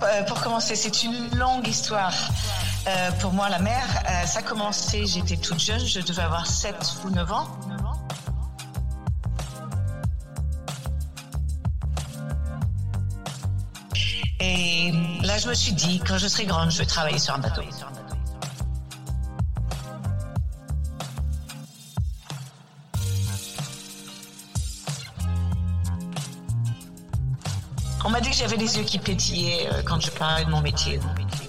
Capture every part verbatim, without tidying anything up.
euh, pour commencer, c'est une longue histoire. Euh, pour moi, la mer, euh, ça a commencé, j'étais toute jeune, je devais avoir sept ou neuf ans. Et là, je me suis dit, quand je serai grande, je vais travailler sur un bateau. On m'a dit que j'avais les yeux qui pétillaient quand je parlais de mon métier.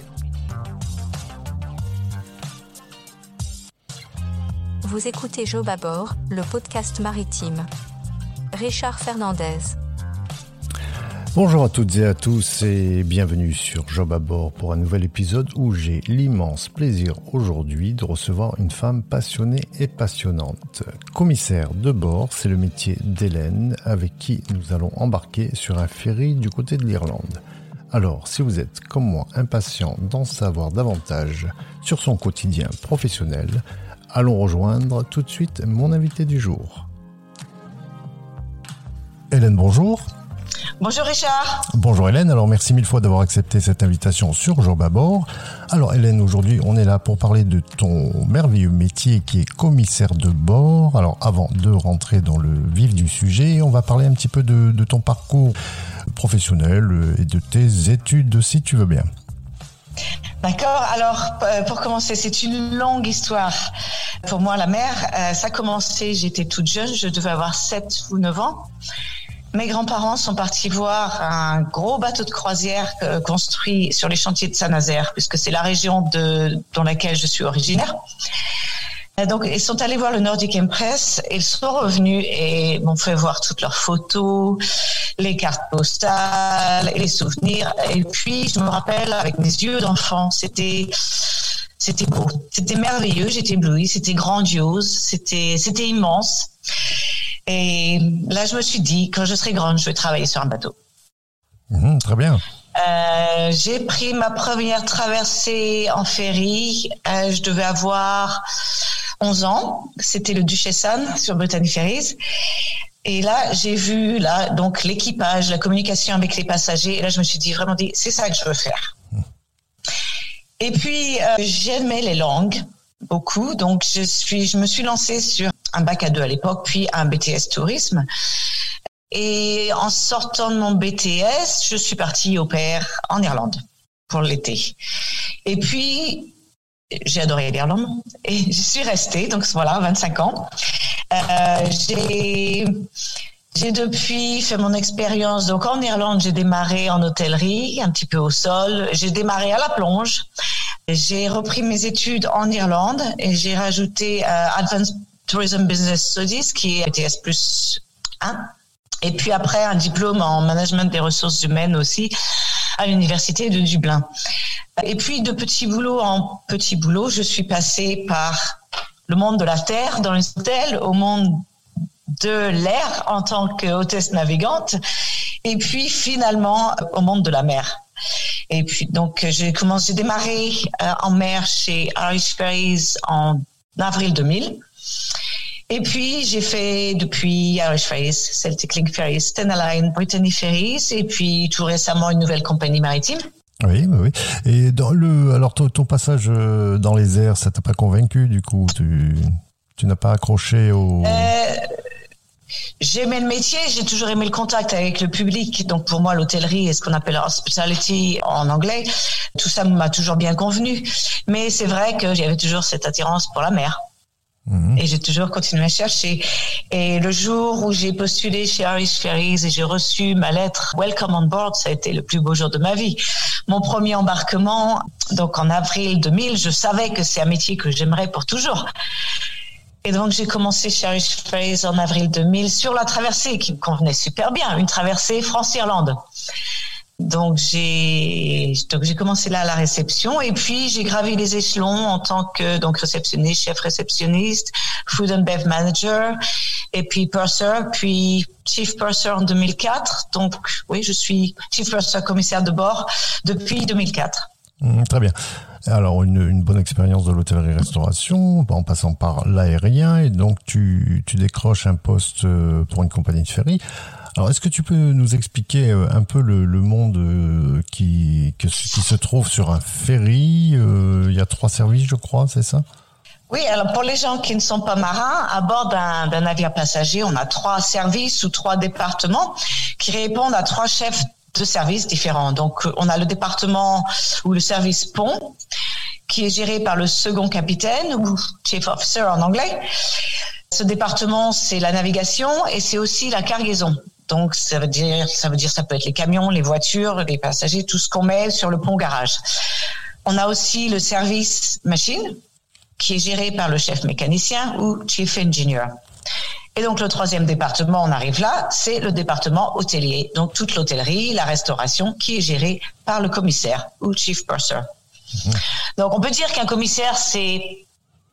Vous écoutez Job à bord, le podcast maritime. Richard Fernandez. Bonjour à toutes et à tous et bienvenue sur Job à bord pour un nouvel épisode où j'ai l'immense plaisir aujourd'hui de recevoir une femme passionnée et passionnante. Commissaire de bord, c'est le métier d'Hélène avec qui nous allons embarquer sur un ferry du côté de l'Irlande. Alors, si vous êtes comme moi impatient d'en savoir davantage sur son quotidien professionnel, allons rejoindre tout de suite mon invité du jour. Hélène, bonjour. Bonjour Richard. Bonjour Hélène, alors merci mille fois d'avoir accepté cette invitation sur Job à bord. Alors Hélène, aujourd'hui on est là pour parler de ton merveilleux métier qui est commissaire de bord. Alors avant de rentrer dans le vif du sujet, on va parler un petit peu de, de ton parcours professionnel et de tes études si tu veux bien. D'accord, alors pour commencer, c'est une longue histoire. Pour moi la mer, ça a commencé, j'étais toute jeune, je devais avoir sept ou neuf ans. Mes grands-parents sont partis voir un gros bateau de croisière construit sur les chantiers de Saint-Nazaire, puisque c'est la région de, dans laquelle je suis originaire. Donc, ils sont allés voir le Nordic Empress et ils sont revenus et m'ont fait voir toutes leurs photos, les cartes postales, les souvenirs. Et puis, je me rappelle, avec mes yeux d'enfant, c'était, c'était beau, c'était merveilleux, j'étais éblouie, c'était grandiose, c'était, c'était immense. Et là, je me suis dit, quand je serai grande, je vais travailler sur un bateau. Mmh, très bien. Euh, j'ai pris ma première traversée en ferry. Euh, je devais avoir onze ans. C'était le Duchess Anne sur Brittany Ferries. Et là, j'ai vu là donc l'équipage, la communication avec les passagers. Et là, je me suis dit vraiment dit, c'est ça que je veux faire. Mmh. Et puis, euh, j'aimais les langues beaucoup. Donc, je suis, je me suis lancée sur un bac à deux à l'époque, puis un B T S tourisme. Et en sortant de mon B T S, je suis partie au pair en Irlande pour l'été. Et puis, j'ai adoré l'Irlande et j'y suis restée, donc voilà, vingt-cinq ans. Euh, j'ai, j'ai depuis fait mon expérience. Donc en Irlande, j'ai démarré en hôtellerie, un petit peu au sol. J'ai démarré à la plonge. J'ai repris mes études en Irlande et j'ai rajouté euh, Advanced Tourism Business Studies, qui est B T S plus un. Et puis après, un diplôme en management des ressources humaines aussi à l'université de Dublin. Et puis, de petit boulot en petit boulot, je suis passée par le monde de la terre dans les hôtels, au monde de l'air en tant qu'hôtesse navigante, et puis finalement au monde de la mer. Et puis, donc, j'ai commencé, j'ai démarré euh, en mer chez Irish Ferries en avril deux mille. Et puis, j'ai fait depuis Irish Ferries, Celtic Link Ferries, Stena Line, Brittany Ferries, et puis tout récemment une nouvelle compagnie maritime. Oui, oui, oui. Et dans le, alors ton, ton passage dans les airs, ça t'a pas convaincu du coup? Tu, tu n'as pas accroché au... Euh, J'aimais le métier, j'ai toujours aimé le contact avec le public. Donc pour moi, l'hôtellerie et ce qu'on appelle hospitality en anglais, tout ça m'a toujours bien convenu. Mais c'est vrai que j'avais toujours cette attirance pour la mer. Mmh. Et j'ai toujours continué à chercher. Et le jour où j'ai postulé chez Irish Ferries et j'ai reçu ma lettre Welcome on board, ça a été le plus beau jour de ma vie. Mon premier embarquement, donc en avril deux mille, je savais que c'est un métier que j'aimerais pour toujours. Et donc, j'ai commencé chez Irish Ferries en avril deux mille sur la traversée qui me convenait super bien, une traversée France-Irlande. Donc, j'ai, donc, j'ai commencé là à la réception et puis j'ai gravi les échelons en tant que, donc, réceptionniste, chef réceptionniste, food and bev manager et puis purser, puis chief purser en deux mille quatre. Donc, oui, je suis chief purser commissaire de bord depuis deux mille quatre. Mmh, très bien. Alors, une, une bonne expérience de l'hôtellerie-restauration, en passant par l'aérien, et donc tu, tu décroches un poste pour une compagnie de ferry. Alors, est-ce que tu peux nous expliquer un peu le, le monde qui, que, qui se trouve sur un ferry? euh, Il y a trois services, je crois, c'est ça? Oui, alors pour les gens qui ne sont pas marins, à bord d'un, d'un navire passager, on a trois services ou trois départements qui répondent à trois chefs de services différents. Donc, on a le département ou le service pont, qui est géré par le second capitaine ou chief officer en anglais. Ce département, c'est la navigation et c'est aussi la cargaison. Donc, ça veut dire, ça veut dire, ça peut être les camions, les voitures, les passagers, tout ce qu'on met sur le pont garage. On a aussi le service machine, qui est géré par le chef mécanicien ou chief engineer. Et donc, le troisième département, on arrive là, c'est le département hôtelier. Donc, toute l'hôtellerie, la restauration, qui est gérée par le commissaire ou chief purser. Mmh. Donc, on peut dire qu'un commissaire, c'est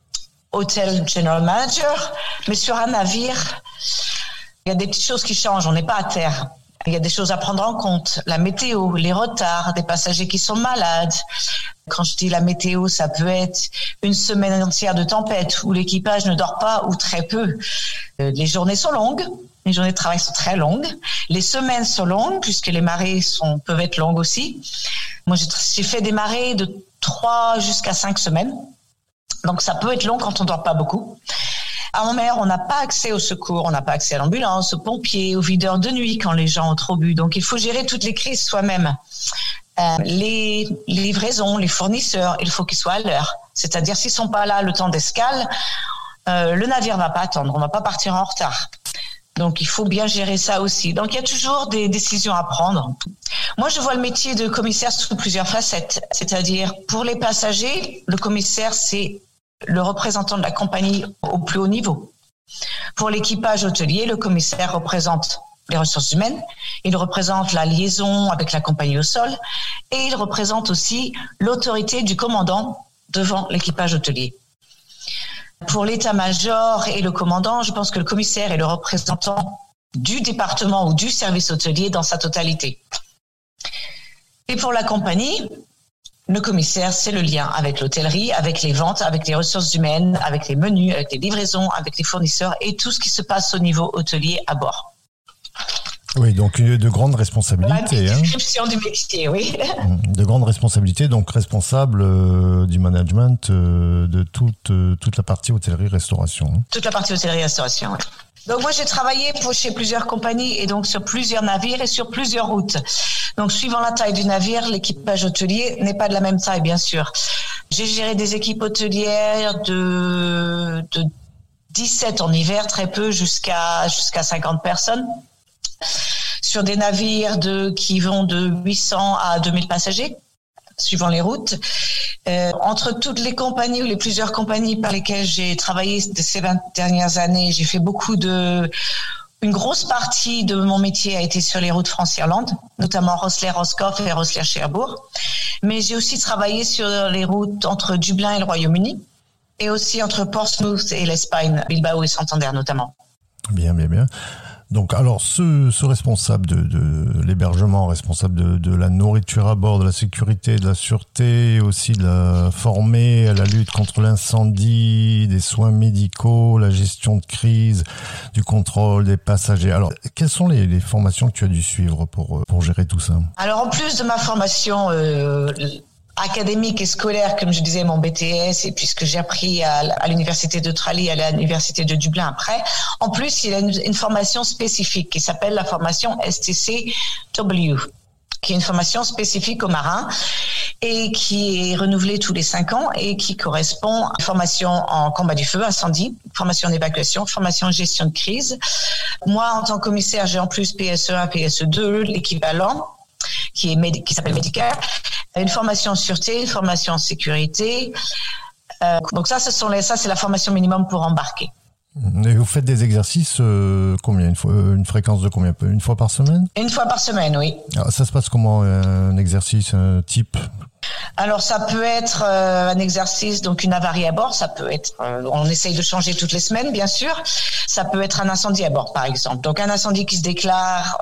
Hotel General Manager, mais sur un navire, il y a des petites choses qui changent, on n'est pas à terre. Il y a des choses à prendre en compte, la météo, les retards, des passagers qui sont malades. Quand je dis la météo, ça peut être une semaine entière de tempête où l'équipage ne dort pas ou très peu. Les journées sont longues, les journées de travail sont très longues. Les semaines sont longues puisque les marées sont, peuvent être longues aussi. Moi, j'ai, j'ai fait des marées de trois jusqu'à cinq semaines. Donc, ça peut être long quand on dort pas beaucoup. En mer, on n'a pas accès au secours, on n'a pas accès à l'ambulance, aux pompiers, aux videurs de nuit quand les gens ont trop bu. Donc, il faut gérer toutes les crises soi-même. Euh, les livraisons, les fournisseurs, il faut qu'ils soient à l'heure. C'est-à-dire, s'ils sont pas là le temps d'escale, euh, le navire va pas attendre, on va pas partir en retard. Donc, il faut bien gérer ça aussi. Donc, il y a toujours des décisions à prendre. Moi, je vois le métier de commissaire sous plusieurs facettes. C'est-à-dire, pour les passagers, le commissaire, c'est le représentant de la compagnie au plus haut niveau. Pour l'équipage hôtelier, le commissaire représente les ressources humaines, il représente la liaison avec la compagnie au sol et il représente aussi l'autorité du commandant devant l'équipage hôtelier. Pour l'état-major et le commandant, je pense que le commissaire est le représentant du département ou du service hôtelier dans sa totalité. Et pour la compagnie, le commissaire, c'est le lien avec l'hôtellerie, avec les ventes, avec les ressources humaines, avec les menus, avec les livraisons, avec les fournisseurs et tout ce qui se passe au niveau hôtelier à bord. Oui, donc de grandes responsabilités. La description hein. du métier, oui. De grandes responsabilités, donc responsable euh, du management euh, de toute, euh, toute la partie hôtellerie-restauration. Hein. Toute la partie hôtellerie-restauration, oui. Donc moi j'ai travaillé pour chez plusieurs compagnies et donc sur plusieurs navires et sur plusieurs routes. Donc suivant la taille du navire, l'équipage hôtelier n'est pas de la même taille bien sûr. J'ai géré des équipes hôtelières de, de dix-sept en hiver, très peu, jusqu'à jusqu'à cinquante personnes. Sur des navires de qui vont de huit cents à deux mille passagers, suivant les routes. Euh, entre toutes les compagnies ou les plusieurs compagnies par lesquelles j'ai travaillé ces vingt dernières années, j'ai fait beaucoup de... Une grosse partie de mon métier a été sur les routes France-Irlande, notamment Rosslare-Roscoff et Rosslare-Cherbourg. Mais j'ai aussi travaillé sur les routes entre Dublin et le Royaume-Uni et aussi entre Portsmouth et l'Espagne, Bilbao et Santander notamment. Bien, bien, bien. Donc, alors, ce, ce responsable de, de l'hébergement, responsable de, de la nourriture à bord, de la sécurité, de la sûreté, aussi de la former à la lutte contre l'incendie, des soins médicaux, la gestion de crise, du contrôle des passagers. Alors, quelles sont les, les formations que tu as dû suivre pour, pour gérer tout ça? Alors, en plus de ma formation euh, académique et scolaire, comme je disais, mon B T S, et puis ce que j'ai appris à, à l'université d'Australie, à l'université de Dublin après. En plus, il y a une, une formation spécifique qui s'appelle la formation S T C W, qui est une formation spécifique aux marins et qui est renouvelée tous les cinq ans et qui correspond à une formation en combat du feu, incendie, formation d'évacuation, formation en gestion de crise. Moi, en tant que commissaire, j'ai en plus P S E un, P S E deux, l'équivalent, qui est qui s'appelle Medicare, une formation en sûreté, une formation en sécurité. Euh, donc ça, ce sont les, ça c'est la formation minimum pour embarquer. Et vous faites des exercices euh, combien une, fois, une fréquence de combien? Une fois par semaine? Une fois par semaine, oui. Alors, ça se passe comment un exercice un type? Alors ça peut être euh, un exercice, donc une avarie à bord, ça peut être, euh, on essaye de changer toutes les semaines bien sûr, ça peut être un incendie à bord par exemple. Donc un incendie qui se déclare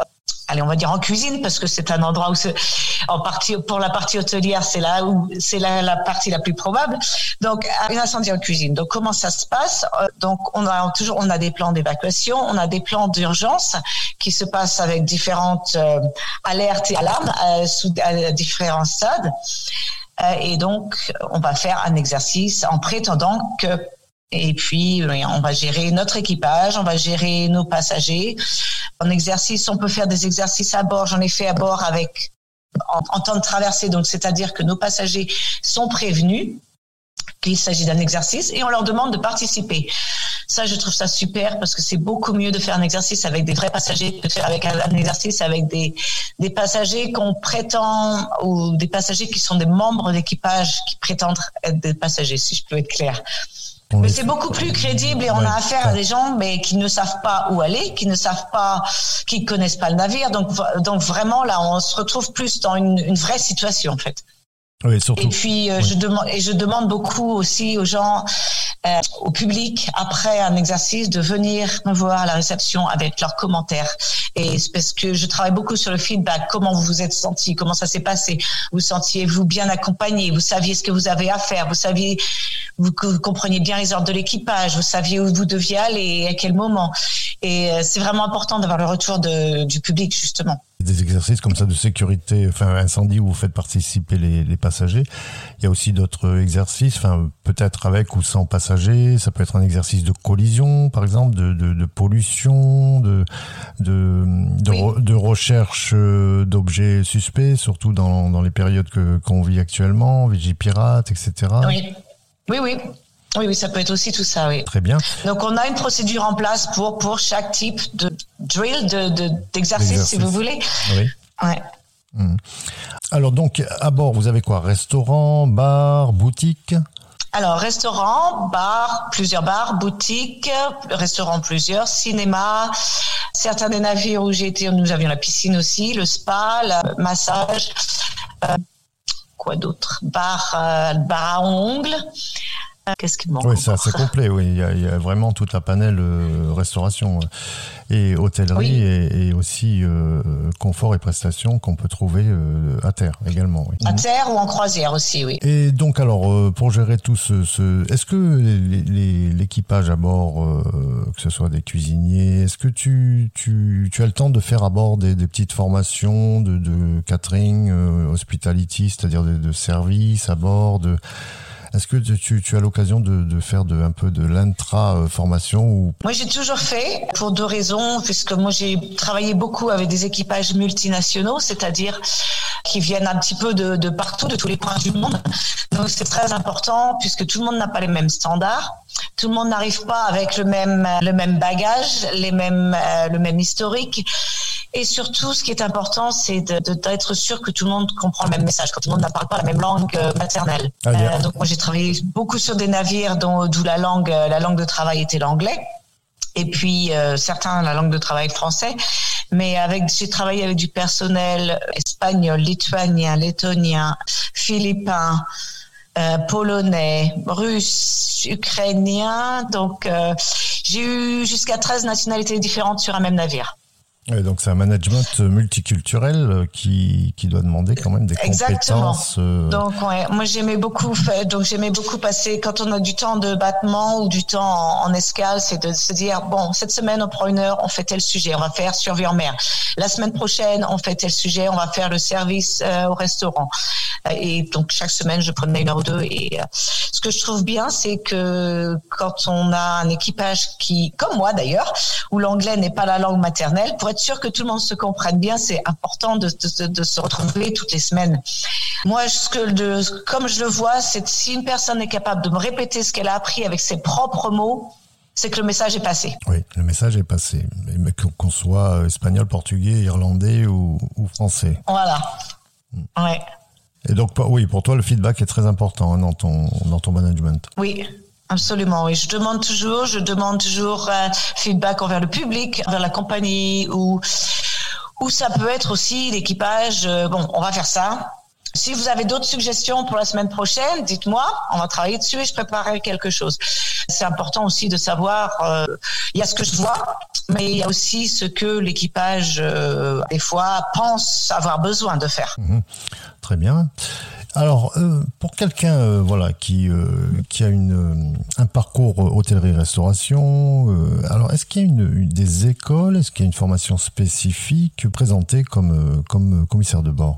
allez, on va dire en cuisine, parce que c'est un endroit où c'est, en partie, pour la partie hôtelière, c'est là où, c'est la, la partie la plus probable. Donc, un incendie en cuisine. Donc, comment ça se passe? Donc, on a toujours, on a des plans d'évacuation, on a des plans d'urgence qui se passent avec différentes euh, alertes et alarmes euh, sous à différents stades. Euh, et donc, on va faire un exercice en prétendant que Et puis, on va gérer notre équipage, on va gérer nos passagers. En exercice, on peut faire des exercices à bord. J'en ai fait à bord avec en, en temps de traversée. Donc, c'est-à-dire que nos passagers sont prévenus qu'il s'agit d'un exercice et on leur demande de participer. Ça, je trouve ça super parce que c'est beaucoup mieux de faire un exercice avec des vrais passagers que de faire avec un, un exercice avec des, des passagers qu'on prétend ou des passagers qui sont des membres d'équipage qui prétendent être des passagers, si je peux être claire. Mais c'est beaucoup plus crédible et on ouais, a affaire ouais. à des gens mais qui ne savent pas où aller, qui ne savent pas, qui connaissent pas le navire. Donc, donc vraiment là, on se retrouve plus dans une, une vraie situation en fait. Oui, surtout. Et puis euh, oui. je demande et je demande beaucoup aussi aux gens, euh, au public après un exercice de venir me voir à la réception avec leurs commentaires. Et c'est parce que je travaille beaucoup sur le feedback. Comment vous vous êtes senti? Comment ça s'est passé? Vous sentiez-vous bien accompagné? Vous saviez ce que vous avez à faire? Vous saviez, vous, vous compreniez bien les ordres de l'équipage? Vous saviez où vous deviez aller et à quel moment? Et euh, c'est vraiment important d'avoir le retour de, du public justement. Des exercices comme ça de sécurité, enfin incendie où vous faites participer les, les passagers. Il y a aussi d'autres exercices, enfin peut-être avec ou sans passagers. Ça peut être un exercice de collision, par exemple, de, de, de pollution, de de de, oui. re, de recherche d'objets suspects, surtout dans dans les périodes que qu'on vit actuellement, Vigipirate, et cetera. Oui, oui, oui. Oui, oui, ça peut être aussi tout ça, oui. Très bien. Donc, on a une procédure en place pour pour chaque type de drill, de, de d'exercice, L'exercice. si vous voulez. Oui. Ouais. Mmh. Alors donc, à bord, vous avez quoi? Restaurant, bar, boutique? Alors, restaurant, bar, plusieurs bars, boutiques, restaurant plusieurs, cinéma. Certains des navires où j'ai été, nous avions la piscine aussi, le spa, le massage. Euh, quoi d'autre? Bar, euh, bar à ongles. Qu'est-ce qui manque? Oui, c'est assez complet, oui. Il y a, il y a vraiment toute la panel euh, restauration et hôtellerie oui. et, et aussi euh, confort et prestations qu'on peut trouver euh, à terre également. Oui. À terre ou en croisière aussi, oui. Et donc alors, euh, pour gérer tout ce... ce est-ce que les, les, l'équipage à bord, euh, que ce soit des cuisiniers, est-ce que tu, tu, tu as le temps de faire à bord des, des petites formations de, de catering, euh, hospitality, c'est-à-dire de, de service à bord de... Est-ce que tu, tu as l'occasion de, de faire de, un peu de l'intra-formation ou... Moi, j'ai toujours fait pour deux raisons, puisque moi, j'ai travaillé beaucoup avec des équipages multinationaux, c'est-à-dire qui viennent un petit peu de, de partout, de tous les coins du monde. Donc, c'est très important, puisque tout le monde n'a pas les mêmes standards. Tout le monde n'arrive pas avec le même, le même bagage, les mêmes, euh, le même historique. Et surtout, ce qui est important, c'est de, de, d'être sûr que tout le monde comprend le même message, quand tout le monde ne parle pas la même langue euh, maternelle. Ah, euh, donc, moi, j'ai travaillé beaucoup sur des navires dont, d'où la langue, la langue de travail était l'anglais. Et puis, euh, certains, la langue de travail français. Mais avec, j'ai travaillé avec du personnel espagnol, lituanien, lettonien, philippin, euh, polonais, russe, ukrainien. Donc, euh, j'ai eu jusqu'à treize nationalités différentes sur un même navire. Ouais, donc c'est un management multiculturel qui qui doit demander quand même des Exactement. compétences. Euh... Donc ouais, moi j'aimais beaucoup donc j'aimais beaucoup passer quand on a du temps de battement ou du temps en, en escale, c'est de se dire bon, cette semaine on prend une heure, on fait tel sujet, on va faire survie en mer. La semaine prochaine, on fait tel sujet, on va faire le service euh, au restaurant. Et donc chaque semaine, je prenais une heure ou deux et euh, ce que je trouve bien, c'est que quand on a un équipage qui comme moi d'ailleurs, où l'anglais n'est pas la langue maternelle, pour être sûr que tout le monde se comprenne bien, c'est important de, de, de se retrouver toutes les semaines. Moi, ce que de, comme je le vois, c'est que si une personne est capable de me répéter ce qu'elle a appris avec ses propres mots, c'est que le message est passé. Oui, le message est passé. Mais qu'on soit espagnol, portugais, irlandais ou, ou français. Voilà. Mmh. Ouais. Et donc, oui, pour toi, le feedback est très important hein, dans ton, dans ton management. Oui. Absolument, oui. Je demande toujours, je demande toujours euh, feedback envers le public, envers la compagnie, ou ou ça peut être aussi l'équipage. Euh, bon, on va faire ça. Si vous avez d'autres suggestions pour la semaine prochaine, dites-moi. On va travailler dessus et je préparerai quelque chose. C'est important aussi de savoir. Euh, il y a ce que je vois mais il y a aussi ce que l'équipage, euh, des fois, pense avoir besoin de faire. Mmh, très bien. Alors, euh, pour quelqu'un euh, voilà, qui, euh, qui a une, euh, un parcours hôtellerie-restauration, euh, alors est-ce qu'il y a une, une, des écoles, est-ce qu'il y a une formation spécifique présentée comme, euh, comme commissaire de bord ?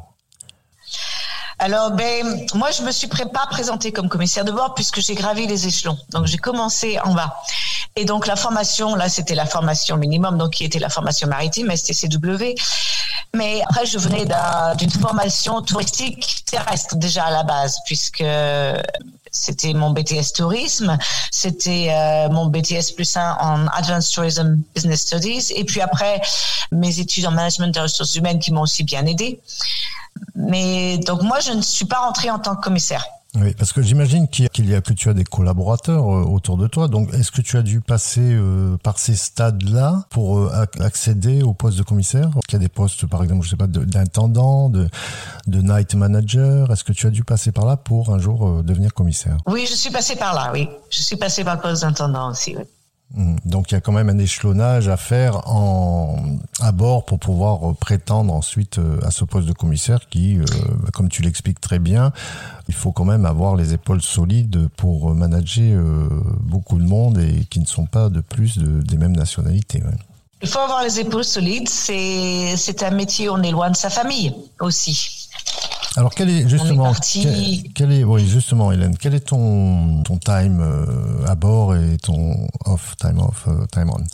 Alors, ben, moi, je me suis pré- pas présentée comme commissaire de bord puisque j'ai gravi les échelons. Donc, j'ai commencé en bas. Et donc, la formation, là, c'était la formation minimum, donc qui était la formation maritime, S T C W. Mais après, je venais d'un, d'une formation touristique terrestre déjà à la base, puisque c'était mon B T S tourisme, c'était euh, mon B T S plus un en Advanced Tourism Business Studies, et puis après, mes études en management des ressources humaines qui m'ont aussi bien aidé. Mais donc moi, je ne suis pas rentrée en tant que commissaire. Oui, parce que j'imagine qu'il y a, qu'il y a que tu as des collaborateurs euh, autour de toi. Donc, est-ce que tu as dû passer euh, par ces stades-là pour euh, accéder au poste de commissaire ? Est-ce qu'il y a des postes, par exemple, je sais pas, de, d'intendant, de, de night manager ? Est-ce que tu as dû passer par là pour un jour euh, devenir commissaire ? Oui, je suis passée par là, oui. Je suis passée par le poste d'intendant aussi, oui. Donc il y a quand même un échelonnage à faire en, à bord pour pouvoir prétendre ensuite à ce poste de commissaire qui, euh, comme tu l'expliques très bien, il faut quand même avoir les épaules solides pour manager euh, beaucoup de monde et qui ne sont pas de plus de, des mêmes nationalités. Ouais. Il faut avoir les épaules solides, c'est, c'est un métier où on est loin de sa famille aussi. Alors quel est justement, quel, quel est, oui justement Hélène, quel est ton ton time euh, à bord et ton off time off euh, time on?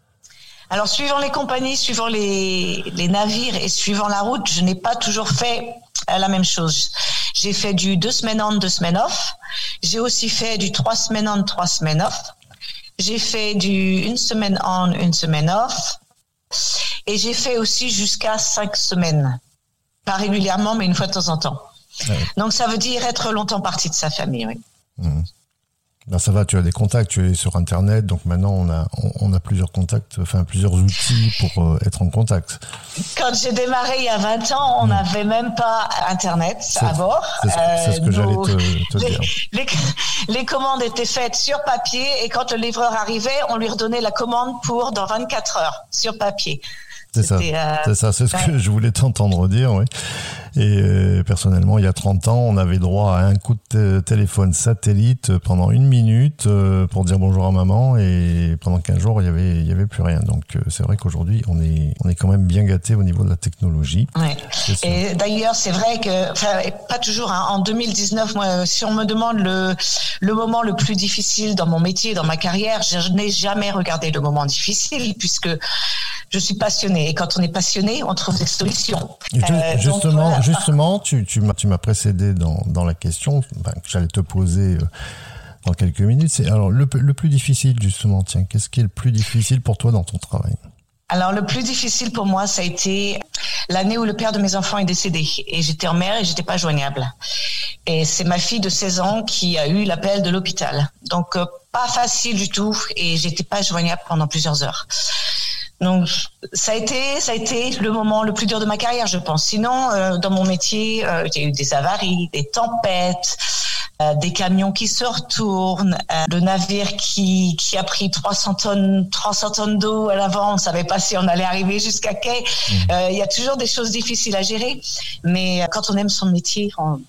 Alors suivant les compagnies, suivant les les navires et suivant la route, je n'ai pas toujours fait la même chose. J'ai fait du deux semaines on, deux semaines off. J'ai aussi fait du trois semaines on, trois semaines off. J'ai fait du une semaine on, une semaine off. Et j'ai fait aussi jusqu'à cinq semaines. Pas régulièrement, mais une fois de temps en temps. Ouais. Donc, ça veut dire être longtemps parti de sa famille, oui. Mmh. Ben, ça va, tu as des contacts, tu es sur Internet, donc maintenant, on a, on, on a plusieurs contacts, enfin, plusieurs outils pour euh, être en contact. Quand j'ai démarré il y a vingt ans, on n'avait mmh. même pas Internet c'est, à bord. C'est ce, euh, c'est ce que nos, j'allais te, te les, dire. Les, les commandes étaient faites sur papier et quand le livreur arrivait, on lui redonnait la commande pour dans vingt-quatre heures sur papier. C'est ça, euh... c'est ça, c'est ce ouais. que je voulais t'entendre dire, oui. Et euh, personnellement, il y a trente ans, on avait droit à un coup de t- téléphone satellite pendant une minute euh, pour dire bonjour à maman, et pendant quinze jours, il y avait, il y avait plus rien. Donc euh, c'est vrai qu'aujourd'hui, on est, on est quand même bien gâté au niveau de la technologie. Ouais. Et d'ailleurs, c'est vrai que, enfin, pas toujours. Hein, en deux mille dix-neuf, moi, si on me demande le le moment le plus difficile dans mon métier, dans ma carrière, je n'ai jamais regardé le moment difficile puisque je suis passionnée. Et quand on est passionné, on trouve des solutions. Euh, justement, donc, justement, tu, tu m'as, tu m'as précédé dans, dans la question, enfin, que j'allais te poser euh, dans quelques minutes. C'est alors le, le plus difficile, justement. Tiens, qu'est-ce qui est le plus difficile pour toi dans ton travail? Alors, le plus difficile pour moi, ça a été l'année où le père de mes enfants est décédé. Et j'étais en mer et j'étais pas joignable. Et c'est ma fille de seize ans qui a eu l'appel de l'hôpital. Donc, euh, pas facile du tout. Et j'étais pas joignable pendant plusieurs heures. Donc ça a été ça a été le moment le plus dur de ma carrière, je pense. Sinon, euh, dans mon métier, euh, j'ai eu des avaries, des tempêtes, euh, des camions qui se retournent, euh, le navire qui qui a pris trois cents tonnes trois cents tonnes d'eau à l'avant, on ne savait pas si on allait arriver jusqu'à quai. Il mmh. euh, y a toujours des choses difficiles à gérer, mais quand on aime son métier, on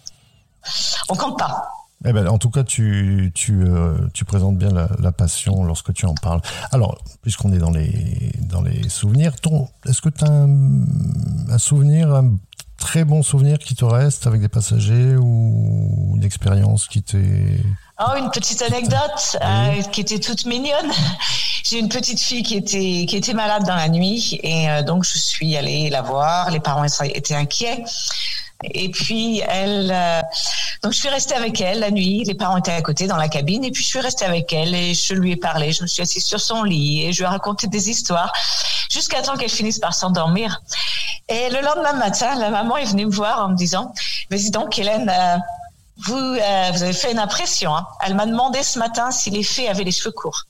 on compte pas. Eh ben, en tout cas, tu tu euh, tu présentes bien la, la passion lorsque tu en parles. Alors, puisqu'on est dans les dans les souvenirs, ton est-ce que tu as un, un souvenir, un très bon souvenir qui te reste avec des passagers ou une expérience qui t'est... Oh, une petite anecdote euh, qui était toute mignonne. J'ai une petite fille qui était qui était malade dans la nuit et euh, donc je suis allée la voir. Les parents étaient inquiets. Et puis elle, euh, donc je suis restée avec elle la nuit. Les parents étaient à côté dans la cabine et puis je suis restée avec elle et je lui ai parlé. Je me suis assise sur son lit et je lui ai raconté des histoires jusqu'à temps qu'elle finisse par s'endormir. Et le lendemain matin, la maman est venue me voir en me disant « Vas-y donc Hélène, euh, vous euh, vous avez fait une impression. Hein. » Elle m'a demandé ce matin si les fées avaient les cheveux courts.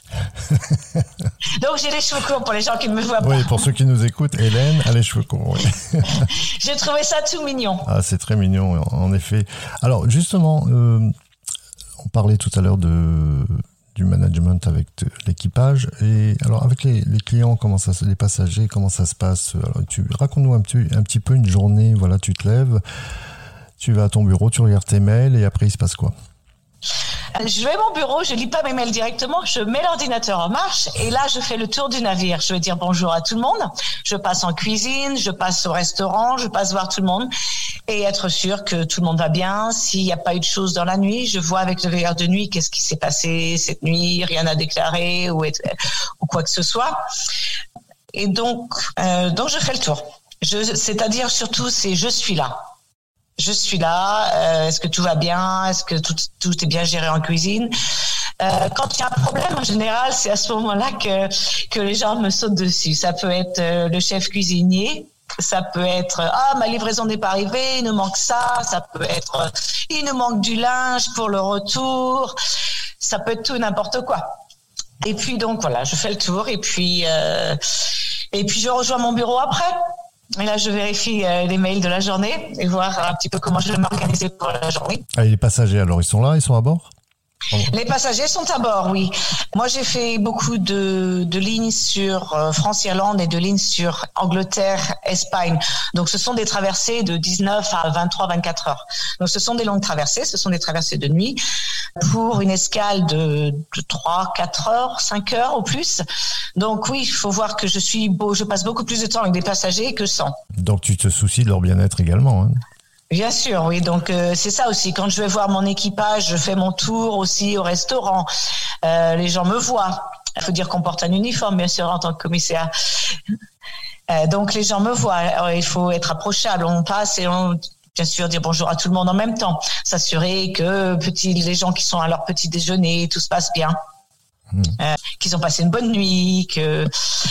Donc j'ai les cheveux courts pour les gens qui ne me voient pas. Oui, pour ceux qui nous écoutent, Hélène a les cheveux courts. Oui. J'ai trouvé ça tout mignon. Ah, c'est très mignon, en effet. Alors justement, euh, on parlait tout à l'heure de du management avec t- l'équipage. Et alors avec les, les clients, comment ça, les passagers, comment ça se passe? Alors, tu raconte-nous un petit, un petit peu une journée. Voilà, tu te lèves, tu vas à ton bureau, tu regardes tes mails et après il se passe quoi? Je vais à mon bureau, je lis pas mes mails directement, je mets l'ordinateur en marche et là je fais le tour du navire. Je vais dire bonjour à tout le monde, je passe en cuisine, je passe au restaurant, je passe voir tout le monde et être sûr que tout le monde va bien. S'il n'y a pas eu de choses dans la nuit, je vois avec le veilleur de nuit qu'est-ce qui s'est passé cette nuit, rien à déclarer ou, être, ou quoi que ce soit. Et donc, euh, donc je fais le tour. Je, c'est-à-dire surtout c'est je suis là. Je suis là. Euh, est-ce que tout va bien? Est-ce que tout, tout est bien géré en cuisine? Euh, quand il y a un problème, en général, c'est à ce moment-là que que les gens me sautent dessus. Ça peut être euh, le chef cuisinier. Ça peut être ah ma livraison n'est pas arrivée, il nous manque ça. Ça peut être euh, il nous manque du linge pour le retour. Ça peut être tout et n'importe quoi. Et puis donc voilà, je fais le tour et puis euh, et puis je rejoins mon bureau après. Et là, je vérifie euh, les mails de la journée et voir un petit peu comment je vais m'organiser pour la journée. Ah, et les passagers, alors, ils sont là, ils sont à bord? Les passagers sont à bord, oui. Moi, j'ai fait beaucoup de, de lignes sur euh, France-Irlande et de lignes sur Angleterre-Espagne. Donc, ce sont des traversées de dix-neuf à vingt-trois, vingt-quatre heures. Donc, ce sont des longues traversées, ce sont des traversées de nuit pour une escale de, de trois, quatre heures, cinq heures au plus. Donc, oui, il faut voir que je suis beau, je passe beaucoup plus de temps avec des passagers que sans. Donc, tu te soucies de leur bien-être également, hein? Bien sûr, oui. Donc euh, c'est ça aussi. Quand je vais voir mon équipage, je fais mon tour aussi au restaurant. Euh, les gens me voient. Il faut dire qu'on porte un uniforme, bien sûr, en tant que commissaire. Euh, donc les gens me voient. Alors, il faut être approchable. On passe et on, bien sûr, dire bonjour à tout le monde en même temps. S'assurer que petit, les gens qui sont à leur petit déjeuner, tout se passe bien. Mmh. Euh, qu'ils ont passé une bonne nuit, que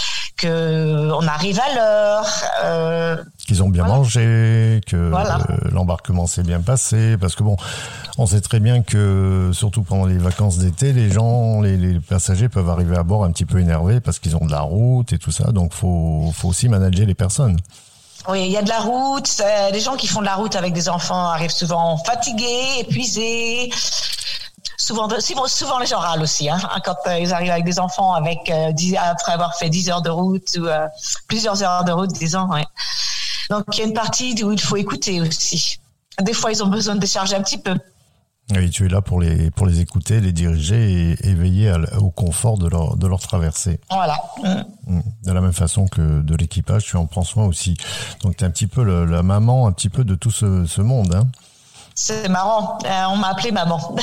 que on arrive à l'heure. Euh, qu'ils ont bien voilà. mangé, que voilà. euh, l'embarquement s'est bien passé, parce que bon, on sait très bien que surtout pendant les vacances d'été, les gens, les, les passagers peuvent arriver à bord un petit peu énervés parce qu'ils ont de la route et tout ça, donc faut faut aussi manager les personnes. Oui, il y a de la route. Les gens qui font de la route avec des enfants arrivent souvent fatigués, épuisés. Souvent, souvent les gens râlent aussi, hein, quand euh, ils arrivent avec des enfants avec euh, dix, après avoir fait dix heures de route ou euh, plusieurs heures de route, disons. Ouais. Donc il y a une partie où il faut écouter aussi. Des fois, ils ont besoin de décharger un petit peu. Oui, tu es là pour les pour les écouter, les diriger et, et veiller à, au confort de leur de leur traversée. Voilà. Mmh. De la même façon que de l'équipage, tu en prends soin aussi. Donc tu es un petit peu le, la maman, un petit peu de tout ce, ce monde, hein. C'est marrant, euh, on m'a appelé maman.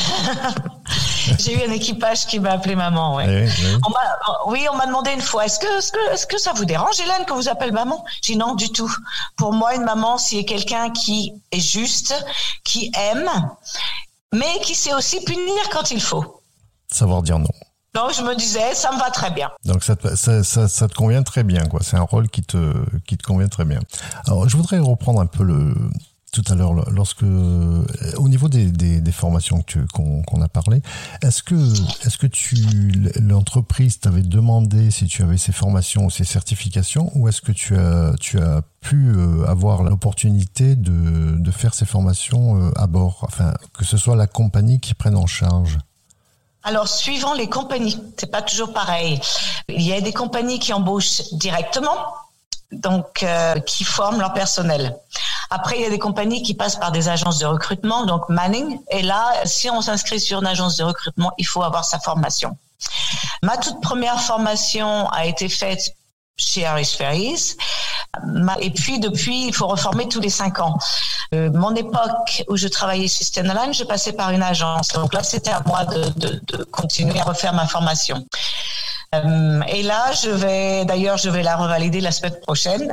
J'ai eu un équipage qui m'a appelé maman, ouais. Oui, oui. On m'a, oui, on m'a demandé une fois, est-ce que, est-ce que, est-ce que ça vous dérange, Hélène, qu'on vous appelle maman? J'ai dit non, du tout. Pour moi, une maman, c'est quelqu'un qui est juste, qui aime, mais qui sait aussi punir quand il faut. Savoir dire non. Donc, je me disais, ça me va très bien. Donc, ça te, ça, ça, ça te convient très bien, quoi. C'est un rôle qui te, qui te convient très bien. Alors, je voudrais reprendre un peu le, tout à l'heure, lorsque, au niveau des, des, des formations que tu, qu'on, qu'on a parlé, est-ce que, est-ce que tu, l'entreprise t'avait demandé si tu avais ces formations ou ces certifications, ou est-ce que tu as, tu as pu avoir l'opportunité de, de faire ces formations à bord, enfin, que ce soit la compagnie qui prenne en charge? Alors, suivant les compagnies, c'est pas toujours pareil. Il y a des compagnies qui embauchent directement, donc euh, qui forment leur personnel. Après, il y a des compagnies qui passent par des agences de recrutement, donc Manning. Et là, si on s'inscrit sur une agence de recrutement, il faut avoir sa formation. Ma toute première formation a été faite chez Irish Ferries. Et puis, depuis, il faut reformer tous les cinq ans. Euh, mon époque où je travaillais chez Stena Line, je passais par une agence. Donc là, c'était à moi de, de, de continuer à refaire ma formation. Euh, et là, je vais, d'ailleurs, je vais la revalider la semaine prochaine.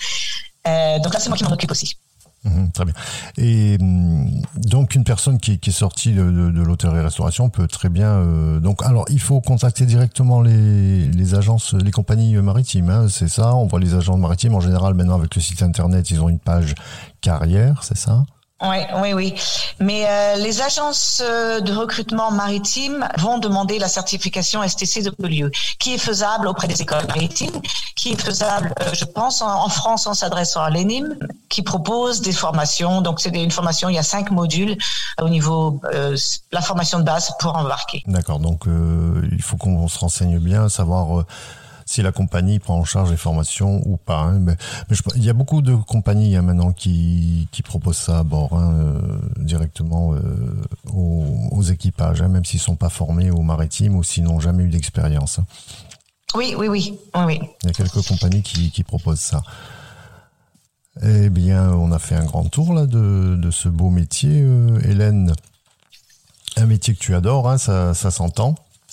Euh, donc là, c'est moi qui m'en occupe aussi. Mmh, très bien. Et donc une personne qui, qui est sortie de, de, de l'hôtellerie-restauration peut très bien. Euh, donc alors il faut contacter directement les, les agences, les compagnies maritimes. Hein, c'est ça. On voit les agences maritimes en général maintenant avec le site internet, ils ont une page carrière, c'est ça? Oui, oui, oui. Mais euh, les agences de recrutement maritime vont demander la certification S T C W, qui est faisable auprès des écoles maritimes, qui est faisable, euh, je pense, en, en France en s'adressant à l'E N I M, qui qui propose des formations. Donc, c'est une formation, il y a cinq modules au niveau euh, la formation de base pour embarquer. D'accord, donc euh, il faut qu'on se renseigne bien, savoir... Euh... si la compagnie prend en charge les formations ou pas. Hein. Mais, mais je, il y a beaucoup de compagnies hein, maintenant qui, qui proposent ça à bord, hein, euh, directement euh, aux, aux équipages, hein, même s'ils ne sont pas formés au maritime ou s'ils n'ont jamais eu d'expérience. Hein. Oui, oui, oui, oui, oui. Il y a quelques compagnies qui, qui proposent ça. Eh bien, on a fait un grand tour là de, de ce beau métier, euh, Hélène. Un métier que tu adores, hein, ça, ça s'entend.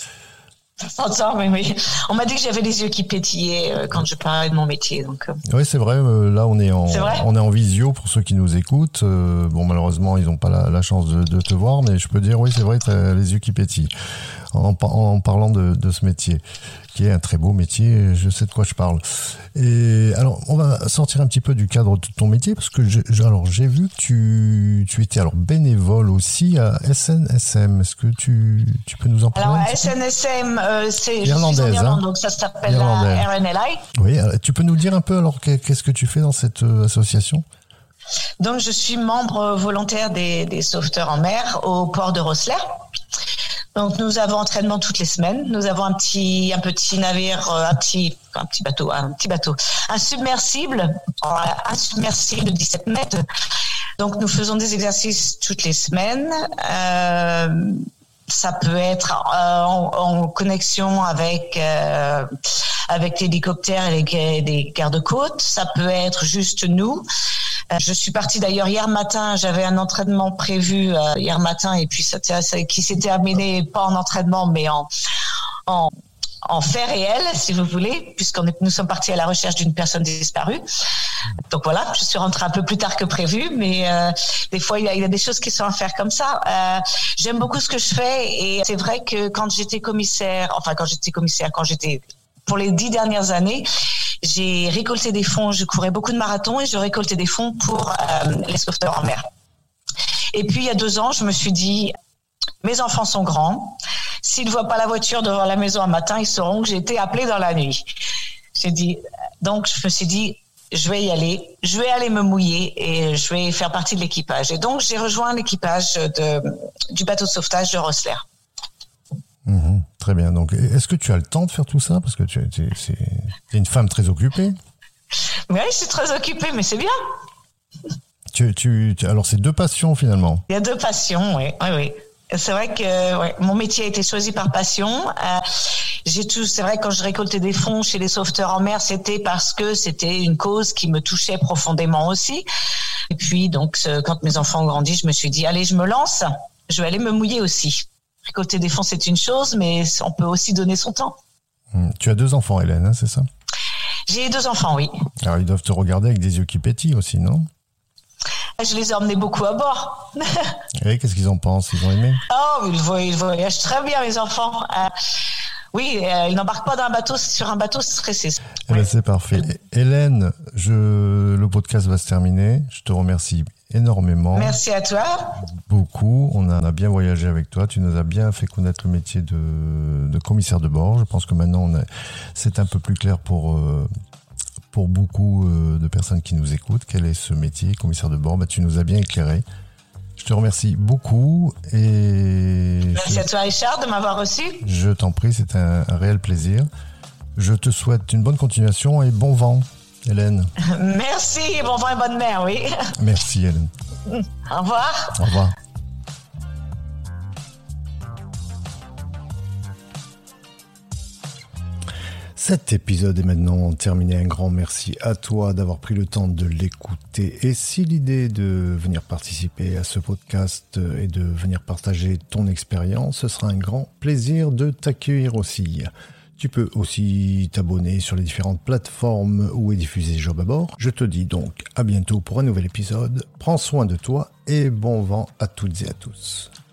Ça s'entend, oui, oui. On m'a dit que j'avais les yeux qui pétillaient euh, quand je parlais de mon métier. Donc, euh... Oui, c'est vrai. Euh, là, on est en, c'est vrai on est en visio pour ceux qui nous écoutent. Euh, bon, malheureusement, ils n'ont pas la, la chance de, de te voir, mais je peux dire, oui, c'est vrai, tu as les yeux qui pétillent. En, en parlant de, de ce métier, qui est un très beau métier, je sais de quoi je parle. Et alors, on va sortir un petit peu du cadre de ton métier, parce que je, alors j'ai vu que tu, tu étais alors bénévole aussi à S N S M. Est-ce que tu, tu peux nous en parler? Alors, à S N S M, euh, c'est irlandaise, je suis en Irlande, hein, donc ça s'appelle la R N L I. Oui, alors, tu peux nous dire un peu alors qu'est-ce que tu fais dans cette euh, association? Donc, je suis membre volontaire des, des sauveteurs en mer au port de Rosslare. Donc, nous avons entraînement toutes les semaines. Nous avons un petit, un petit navire, un petit, un petit bateau, un petit bateau, un submersible, un submersible de dix-sept mètres. Donc, nous faisons des exercices toutes les semaines. Euh, ça peut être euh, en, en connexion avec euh, avec l'hélicoptère et les, les gardes-côtes. Ça peut être juste nous. Je suis partie d'ailleurs hier matin, j'avais un entraînement prévu euh, hier matin et puis ça, ça, qui s'était amené pas en entraînement mais en, en, en fait réel, si vous voulez, puisqu'on est, nous sommes partis à la recherche d'une personne disparue. Donc voilà, je suis rentrée un peu plus tard que prévu, mais euh, des fois il y, a, il y a des choses qui sont à faire comme ça. Euh, j'aime beaucoup ce que je fais et c'est vrai que quand j'étais commissaire, enfin quand j'étais commissaire, quand j'étais pour les dix dernières années, j'ai récolté des fonds, je courais beaucoup de marathons et je récoltais des fonds pour euh, les sauveteurs en mer. Et puis, il y a deux ans, je me suis dit, mes enfants sont grands. S'ils ne voient pas la voiture devant la maison un matin, ils sauront que j'ai été appelée dans la nuit. J'ai dit, donc, je me suis dit, je vais y aller, je vais aller me mouiller et je vais faire partie de l'équipage. Et donc, j'ai rejoint l'équipage de, du bateau de sauvetage de Rosslare. Mmh, très bien. Donc, est-ce que tu as le temps de faire tout ça? Parce que tu es, c'est, c'est une femme très occupée. Oui, je suis très occupée, mais c'est bien. Tu, tu, tu, alors, c'est deux passions finalement. Il y a deux passions, oui, oui, oui. C'est vrai que ouais, mon métier a été choisi par passion. Euh, j'ai tout. C'est vrai que quand je récoltais des fonds chez les sauveteurs en mer, c'était parce que c'était une cause qui me touchait profondément aussi. Et puis donc, quand mes enfants ont grandi, je me suis dit allez, je me lance. Je vais aller me mouiller aussi. Récolter des fonds, c'est une chose, mais on peut aussi donner son temps. Mmh. Tu as deux enfants, Hélène, hein, c'est ça? J'ai deux enfants, oui. Alors, ils doivent te regarder avec des yeux qui pétillent aussi, non? Je les ai emmenés beaucoup à bord. Et qu'est-ce qu'ils en pensent? Ils ont aimé? Oh, ils voyagent, ils voyagent très bien, mes enfants. Euh, oui, euh, ils n'embarquent pas dans un bateau, sur un bateau stressé. Eh bien, c'est parfait. Hélène, je, le podcast va se terminer. Je te remercie énormément. Merci à toi. Beaucoup. On a, on a bien voyagé avec toi. Tu nous as bien fait connaître le métier de, de commissaire de bord. Je pense que maintenant, on a, c'est un peu plus clair pour, euh, pour beaucoup euh, de personnes qui nous écoutent. Quel est ce métier, commissaire de bord? Bah, tu nous as bien éclairé. Je te remercie beaucoup. Et Merci je, à toi, Richard, de m'avoir reçu. Je t'en prie, c'est un, un réel plaisir. Je te souhaite une bonne continuation et bon vent, Hélène. Merci, bon vent et bonne mer, oui. Merci, Hélène. Au revoir. Au revoir. Cet épisode est maintenant terminé. Un grand merci à toi d'avoir pris le temps de l'écouter. Et si l'idée de venir participer à ce podcast est de venir partager ton expérience, ce sera un grand plaisir de t'accueillir aussi. Tu peux aussi t'abonner sur les différentes plateformes où est diffusé Job à bord. Je te dis donc à bientôt pour un nouvel épisode. Prends soin de toi et bon vent à toutes et à tous.